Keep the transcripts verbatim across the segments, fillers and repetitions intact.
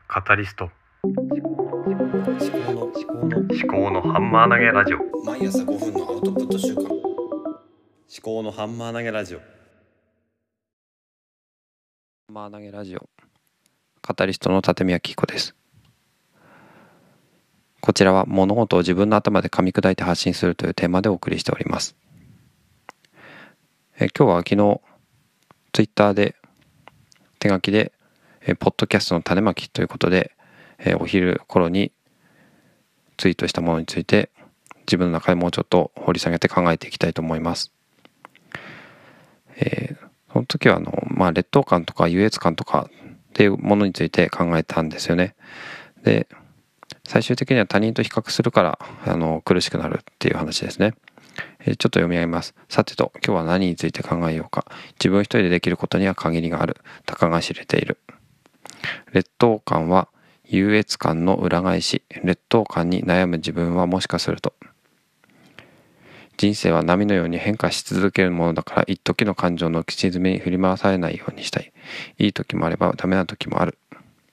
カタリスト思考の思考の思考のハンマー投げラジオ。 毎朝ごふんのアウトプット週間、思考のハンマー投げラジオ。ハンマー投げラジオ、カタリストの立宮紀子です。こちらは物事を自分の頭で噛み砕いて発信するというテーマでお送りしております。え今日は昨日ツイッターで手書きでえポッドキャストの種まきということでえお昼頃にツイートしたものについて自分の中でもうちょっと掘り下げて考えていきたいと思います。えー、その時はあの、まあ、劣等感とか優越感とかっていうものについて考えたんですよね。で最終的には他人と比較するからあの苦しくなるっていう話ですね。えー、ちょっと読み上げます。さてと、今日は何について考えようか。自分一人でできることには限りがある。たかが知れている。劣等感は優越感の裏返し。劣等感に悩む自分はもしかすると、人生は波のように変化し続けるものだから、一時の感情の浮き沈みに振り回されないようにしたい。いい時もあればダメな時もある。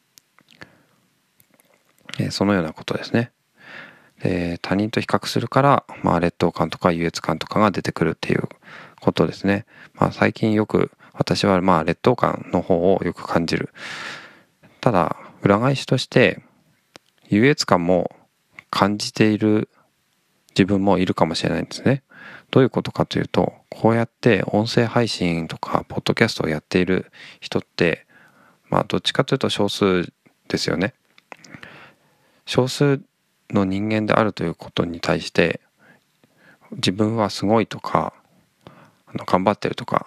えーそのようなことですね。で他人と比較するから、まあ、劣等感とか優越感とかが出てくるっていうことですね。まあ、最近よく私はまあ劣等感の方をよく感じる。ただ裏返しとして優越感も感じている自分もいるかもしれないんですね。どういうことかというと、こうやって音声配信とかポッドキャストをやっている人ってまあどっちかというと少数ですよね。少数の人間であるということに対して自分はすごいとかあの頑張ってるとか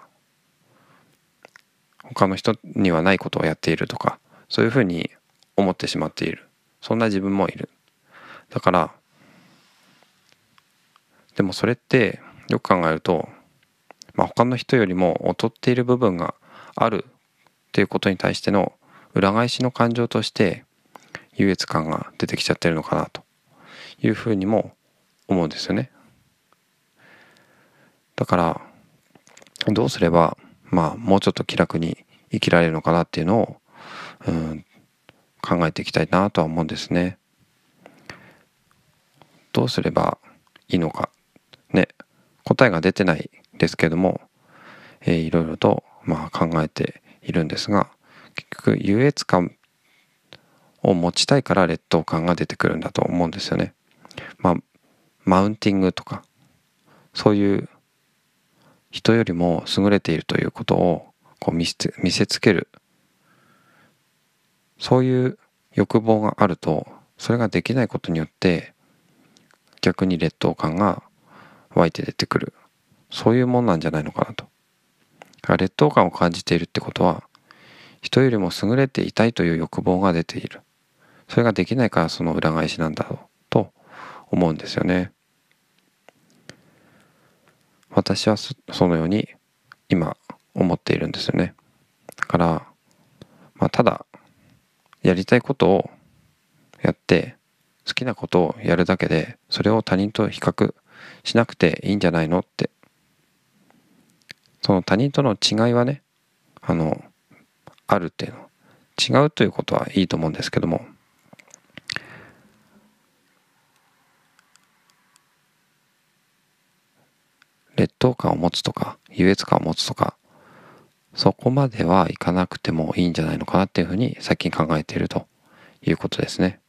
他の人にはないことをやっているとか、そういうふうに思ってしまっている。そんな自分もいる。だからでもそれってよく考えると、まあ、他の人よりも劣っている部分があるっていうことに対しての裏返しの感情として優越感が出てきちゃってるのかなというふうにも思うんですよね。だからどうすればまあもうちょっと気楽に生きられるのかなっていうのを、うん、考えていきたいなとは思うんですね。どうすればいいのかね、答えが出てないですけども、えー、いろいろとまあ考えているんですが、結局優越感を持ちたいから劣等感が出てくるんだと思うんですよね。まあマウンティングとかそういう人よりも優れているということをこう見せつ見せつける、そういう欲望があるとそれができないことによって逆に劣等感が湧いて出てくる、そういうもんなんじゃないのかなと。劣等感を感じているってことは人よりも優れていたいという欲望が出ている。それができないからその裏返しなんだろうと思うんですよね。私はそのように今思っているんですよね。だから、まあ、ただやりたいことをやって好きなことをやるだけでそれを他人と比較しなくていいんじゃないのって。その他人との違いはね、あのあるっていうの違うということはいいと思うんですけども、劣等感を持つとか優越感を持つとかそこまではいかなくてもいいんじゃないのかなっていうふうに最近考えているということですね。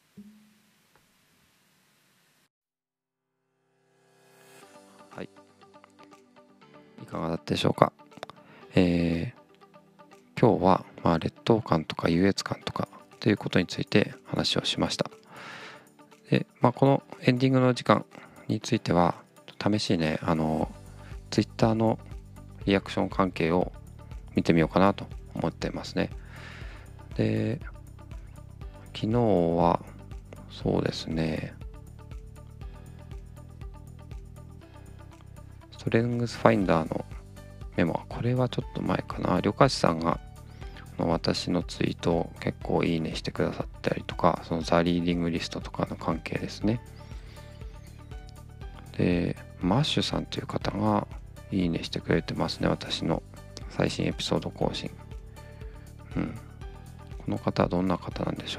はい、いかがだったでしょうか。えー、今日はまあ劣等感とか優越感とかということについて話をしました。で、まあ、このエンディングの時間については試しにね、あのツイッターのリアクション関係を見てみようかなと思ってますね。で、昨日はそうですね、ストレングスファインダーのメモ、これはちょっと前かな、りょかしさんが私のツイートを結構いいねしてくださったりとか、そのザ・リーディングリストとかの関係ですね。でマッシュさんという方がいいねしてくれてますね、私の最新エピソード更新。うん、この方はどんな方なんでしょう。ち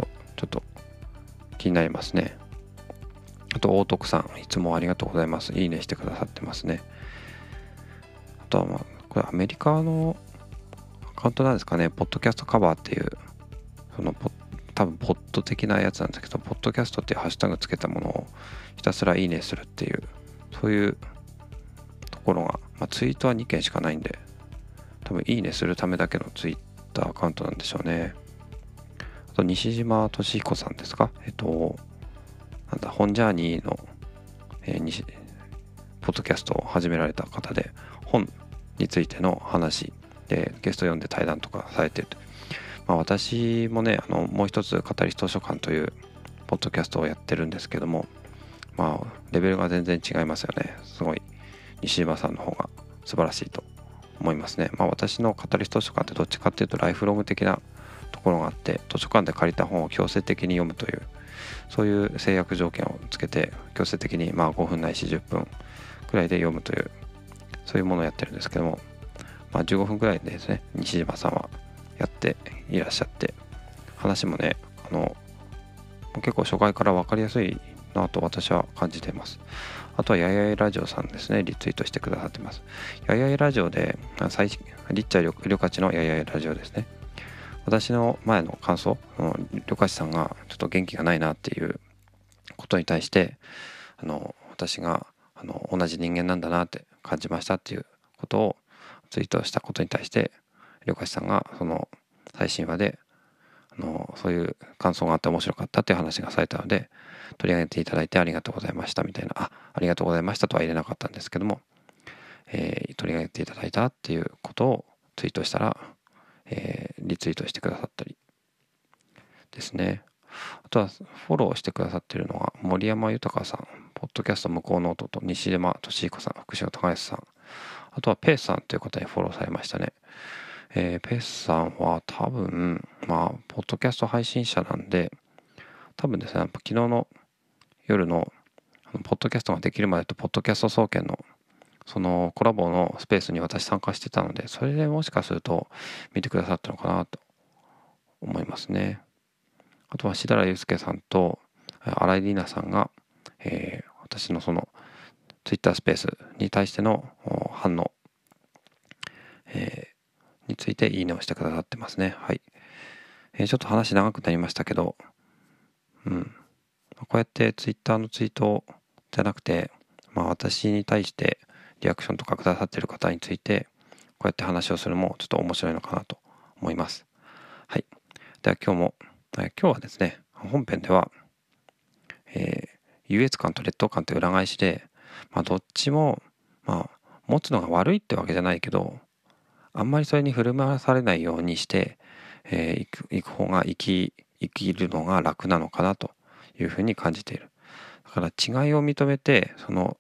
ちょっと気になりますね。あと大徳さん、いつもありがとうございます。いいねしてくださってますね。あとはまあこれアメリカのアカウントなんですかね、ポッドキャストカバーっていう、そのポ多分ポッド的なやつなんですけど、ポッドキャストっていうハッシュタグつけたものをひたすらいいねするっていう、そういうところが、まあ、ツイートはにけんしかないんで、多分いいねするためだけのツイッターアカウントなんでしょうね。あと西島俊彦さんですか、えっとなんだ本ジャーニーの、えー、西ポッドキャストを始められた方で、本についての話でゲスト呼んで対談とかされてると。まあ、私もね、あのもう一つカタリスト図書館というポッドキャストをやってるんですけども、まあレベルが全然違いますよね。すごい西島さんの方が素晴らしいと思いますね。まあ私のカタリスト図書館ってどっちかっていうとライフログ的なところがあって、図書館で借りた本を強制的に読むという、そういう制約条件をつけて強制的にまあごふんないしじゅっぷんくらいで読むという、そういうものをやってるんですけども、まあじゅうごふんくらいでですね、西島さんはやっていらっしゃって、話もね、あの結構初回から分かりやすいなと私は感じています。あとはややいラジオさんですね、リツイートしてくださってます。ややいラジオで最リッチャーリョカチのややいラジオですね。私の前の感想、リョカチさんがちょっと元気がないなっていうことに対して、あの私があの同じ人間なんだなって感じましたっていうことをツイートしたことに対して、リョカチさんがその最新話であのそういう感想があって面白かったっていう話がされたので、取り上げていただいてありがとうございましたみたいな、あありがとうございましたとは入れなかったんですけども、えー、取り上げていただいたっていうことをツイートしたら、えー、リツイートしてくださったりですね。あとはフォローしてくださっているのは森山豊さん、ポッドキャスト向こうの音と西島俊彦さん、福島高安さん、あとはペースさんという方にフォローされましたね。えー、ペースさんは多分まあポッドキャスト配信者なんで、多分ですね、やっぱ昨日の夜のあのポッドキャストができるまでとポッドキャスト総研のそのコラボのスペースに私参加してたので、それでもしかすると見てくださったのかなと思いますね。あとは志田祐介さんと新井里奈さんが、えー、私のそのツイッタースペースに対しての反応、えー、についていいねをしてくださってますね。はい。えー、ちょっと話長くなりましたけど、うん。こうやってツイッターのツイートじゃなくて、まあ私に対してリアクションとかくださっている方について、こうやって話をするのもちょっと面白いのかなと思います。はい。では今日も、今日はですね、本編では、えー、優越感と劣等感という裏返しで、まあどっちも、まあ持つのが悪いってわけじゃないけど、あんまりそれに振る舞わされないようにして、えー、行く、行く方が生き、生きるのが楽なのかなというふうに感じている。だから違いを認めて、その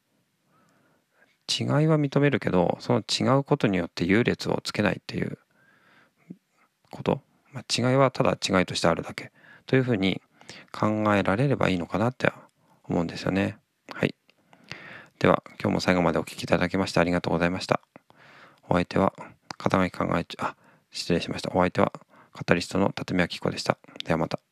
違いは認めるけど、その違うことによって優劣をつけないっていうこと、まあ、違いはただ違いとしてあるだけというふうに考えられればいいのかなって思うんですよね。はい。では今日も最後までお聞きいただきましてありがとうございました。お相手は肩書き考えあ失礼しました。お相手はカタリストの辰巳明子でした。ではまた。